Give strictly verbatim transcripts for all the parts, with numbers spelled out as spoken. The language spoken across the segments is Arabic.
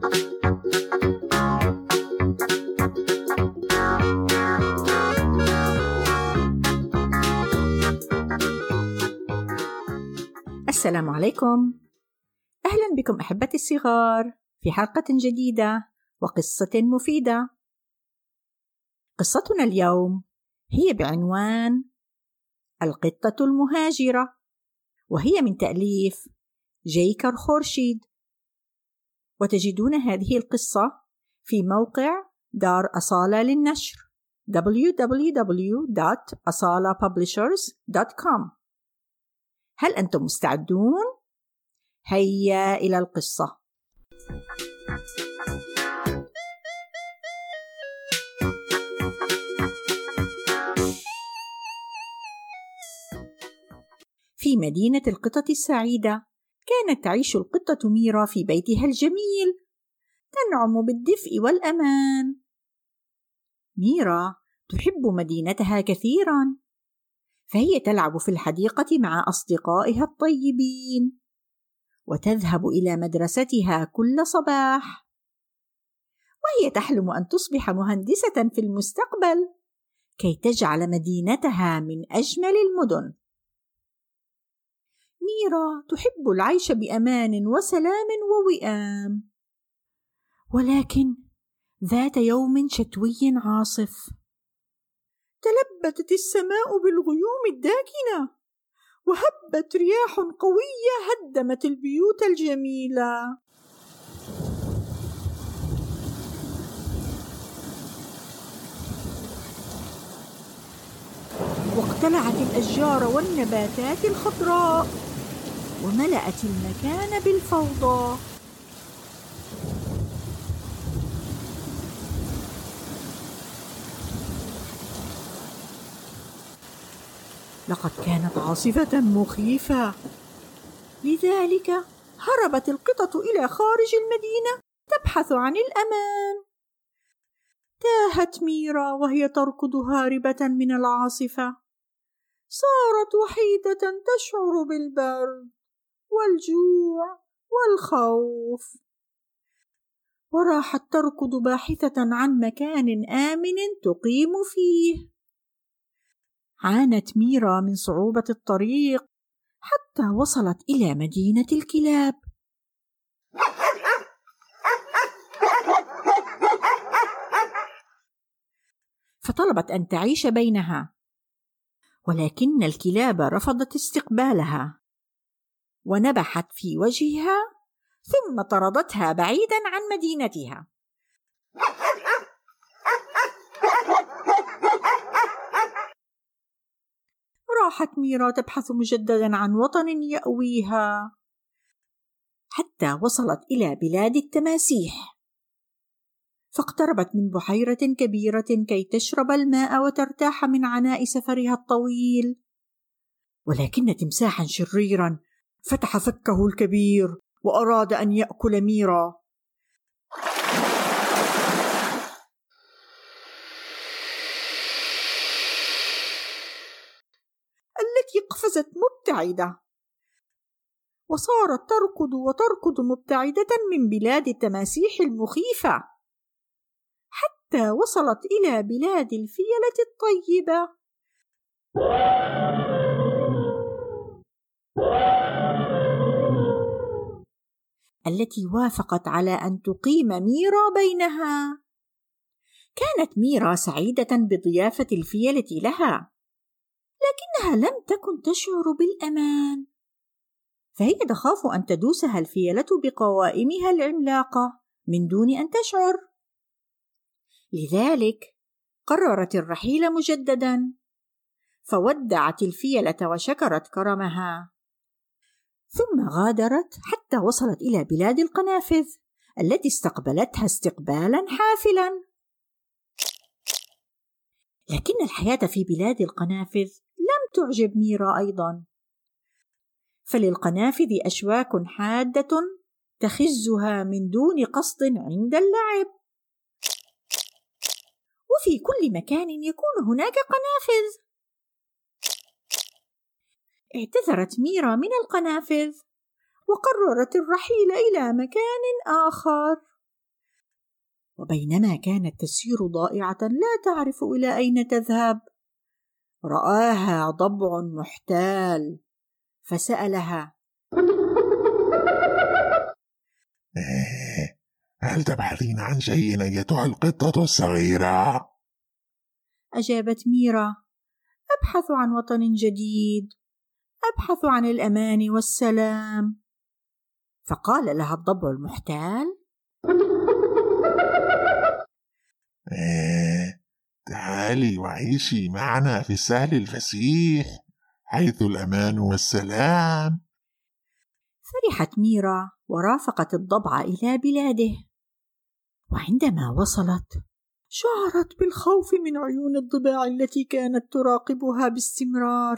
السلام عليكم، أهلا بكم أحبتي الصغار في حلقة جديدة وقصة مفيدة. قصتنا اليوم هي بعنوان القطة المهاجرة، وهي من تأليف جيكر خورشيد، وتجدون هذه القصة في موقع دار أصالة للنشر دبليو دبليو دبليو دوت أصالة ببلشرز دوت كوم. هل أنتم مستعدون؟ هيا إلى القصة. في مدينة القطط السعيدة كانت تعيش القطة ميرا في بيتها الجميل، تنعم بالدفء والأمان. ميرا تحب مدينتها كثيراً، فهي تلعب في الحديقة مع أصدقائها الطيبين، وتذهب إلى مدرستها كل صباح، وهي تحلم أن تصبح مهندسة في المستقبل كي تجعل مدينتها من أجمل المدن. ميرا تحب العيش بأمان وسلام ووئام، ولكن ذات يوم شتوي عاصف تلبدت السماء بالغيوم الداكنة، وهبت رياح قوية هدمت البيوت الجميلة. واقتلعت الأشجار والنباتات الخضراء، وملأت المكان بالفوضى. لقد كانت عاصفة مخيفة، لذلك هربت القطط إلى خارج المدينة تبحث عن الأمان. تاهت ميرا وهي تركض هاربة من العاصفة، صارت وحيدة تشعر بالبرد والجوع والخوف، وراحت تركض باحثة عن مكان آمن تقيم فيه. عانت ميرا من صعوبة الطريق حتى وصلت إلى مدينة الكلاب. فطلبت أن تعيش بينها، ولكن الكلاب رفضت استقبالها، ونبحت في وجهها ثم طردتها بعيداً عن مدينتها. راحت ميرا تبحث مجدداً عن وطن يأويها حتى وصلت إلى بلاد التماسيح، فاقتربت من بحيرة كبيرة كي تشرب الماء وترتاح من عناء سفرها الطويل. ولكن تمساحاً شريراً فتح فكه الكبير وأراد أن يأكل ميرا. التي قفزت مبتعدة، وصارت تركض وتركض مبتعدة من بلاد التماسيح المخيفة حتى وصلت إلى بلاد الفيلة الطيبة. التي وافقت على أن تقيم ميرا بينها. كانت ميرا سعيدة بضيافة الفيلة لها، لكنها لم تكن تشعر بالأمان، فهي تخاف أن تدوسها الفيلة بقوائمها العملاقة من دون أن تشعر. لذلك قررت الرحيل مجدداً، فودعت الفيلة وشكرت كرمها، ثم غادرت حتى وصلت إلى بلاد القنافذ التي استقبلتها استقبالاً حافلاً. لكن الحياة في بلاد القنافذ لم تعجب ميرا أيضاً، فللقنافذ أشواك حادة تخزها من دون قصد عند اللعب، وفي كل مكان يكون هناك قنافذ. اعتذرت ميرا من القنافذ وقررت الرحيل إلى مكان آخر. وبينما كانت تسير ضائعة لا تعرف إلى أين تذهب، رآها ضبع محتال فسألها: هل تبحثين عن شيء أيتها القطة الصغيرة؟ أجابت ميرا: أبحث عن وطن جديد، أبحث عن الأمان والسلام. فقال لها الضبع المحتال: تعالي وعيشي معنا في السهل الفسيح حيث الأمان والسلام. فرحت ميرا ورافقت الضبع إلى بلاده، وعندما وصلت شعرت بالخوف من عيون الضباع التي كانت تراقبها باستمرار.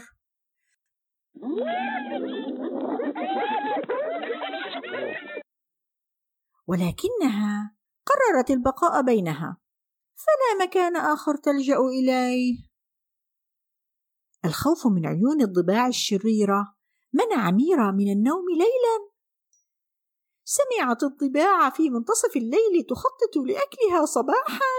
ولكنها قررت البقاء بينها، فلا مكان آخر تلجأ إليه. الخوف من عيون الضباع الشريرة منع ميرا من النوم ليلاً. سمعت الضباع في منتصف الليل تخطط لأكلها صباحاً.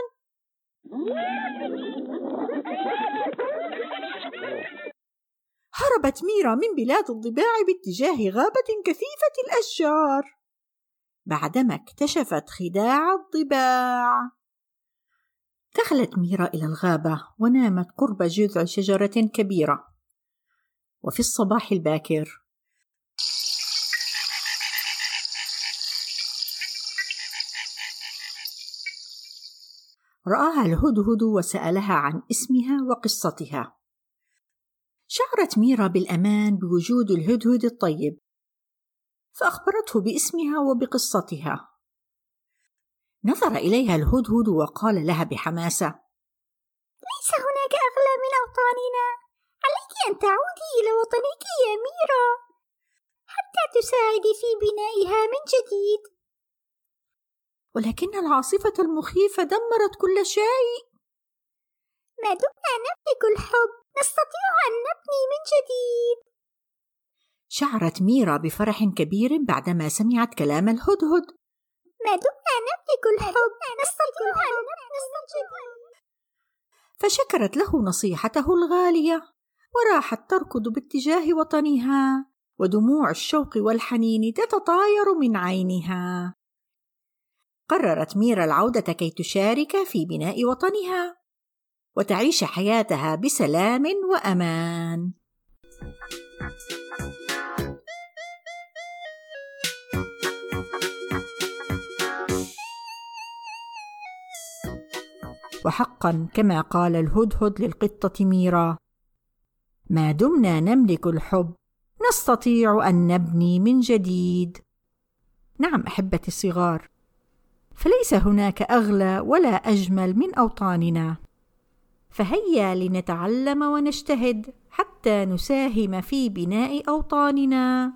هربت ميرا من بلاد الضباع باتجاه غابة كثيفة الأشجار، بعدما اكتشفت خداع الضباع. دخلت ميرا إلى الغابة ونامت قرب جذع شجرة كبيرة. وفي الصباح الباكر رآها الهدهد وسألها عن اسمها وقصتها. شعرت ميرا بالأمان بوجود الهدهد الطيب، فأخبرته باسمها وبقصتها. نظر إليها الهدهد وقال لها بحماسة: ليس هناك أغلى من أوطاننا، عليك أن تعودي إلى وطنك يا ميرا حتى تساعدي في بنائها من جديد. ولكن العاصفة المخيفة دمرت كل شيء. ما دمنا نملك الحب نستطيع أن نبني من جديد. شعرت ميرا بفرح كبير بعدما سمعت كلام الهدهد. ما دمنا نملك الحب نستطيع أن نبني من جديد. فشكرت له نصيحته الغالية وراحت تركض باتجاه وطنها، ودموع الشوق والحنين تتطاير من عينها. قررت ميرا العودة كي تشارك في بناء وطنها وتعيش حياتها بسلام وأمان. وحقا كما قال الهدهد للقطة ميرا: ما دمنا نملك الحب نستطيع أن نبني من جديد. نعم أحبتي الصغار، فليس هناك أغلى ولا أجمل من أوطاننا، فهيا لنتعلم ونجتهد حتى نساهم في بناء أوطاننا.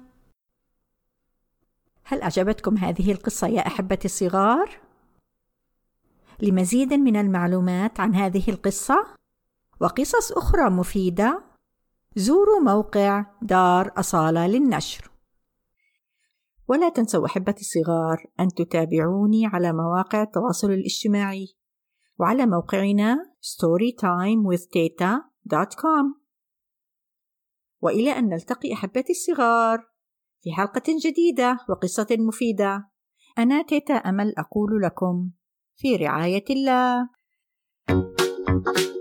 هل أعجبتكم هذه القصة يا أحبتي الصغار؟ لمزيد من المعلومات عن هذه القصة وقصص أخرى مفيدة زوروا موقع دار أصالة للنشر. ولا تنسوا أحبتي الصغار أن تتابعوني على مواقع التواصل الاجتماعي وعلى موقعنا ستوري تايم وذ تيتا دوت كوم. وإلى أن نلتقي أحبتي الصغار في حلقة جديدة وقصة مفيدة، أنا تيتا أمل أقول لكم في رعاية الله.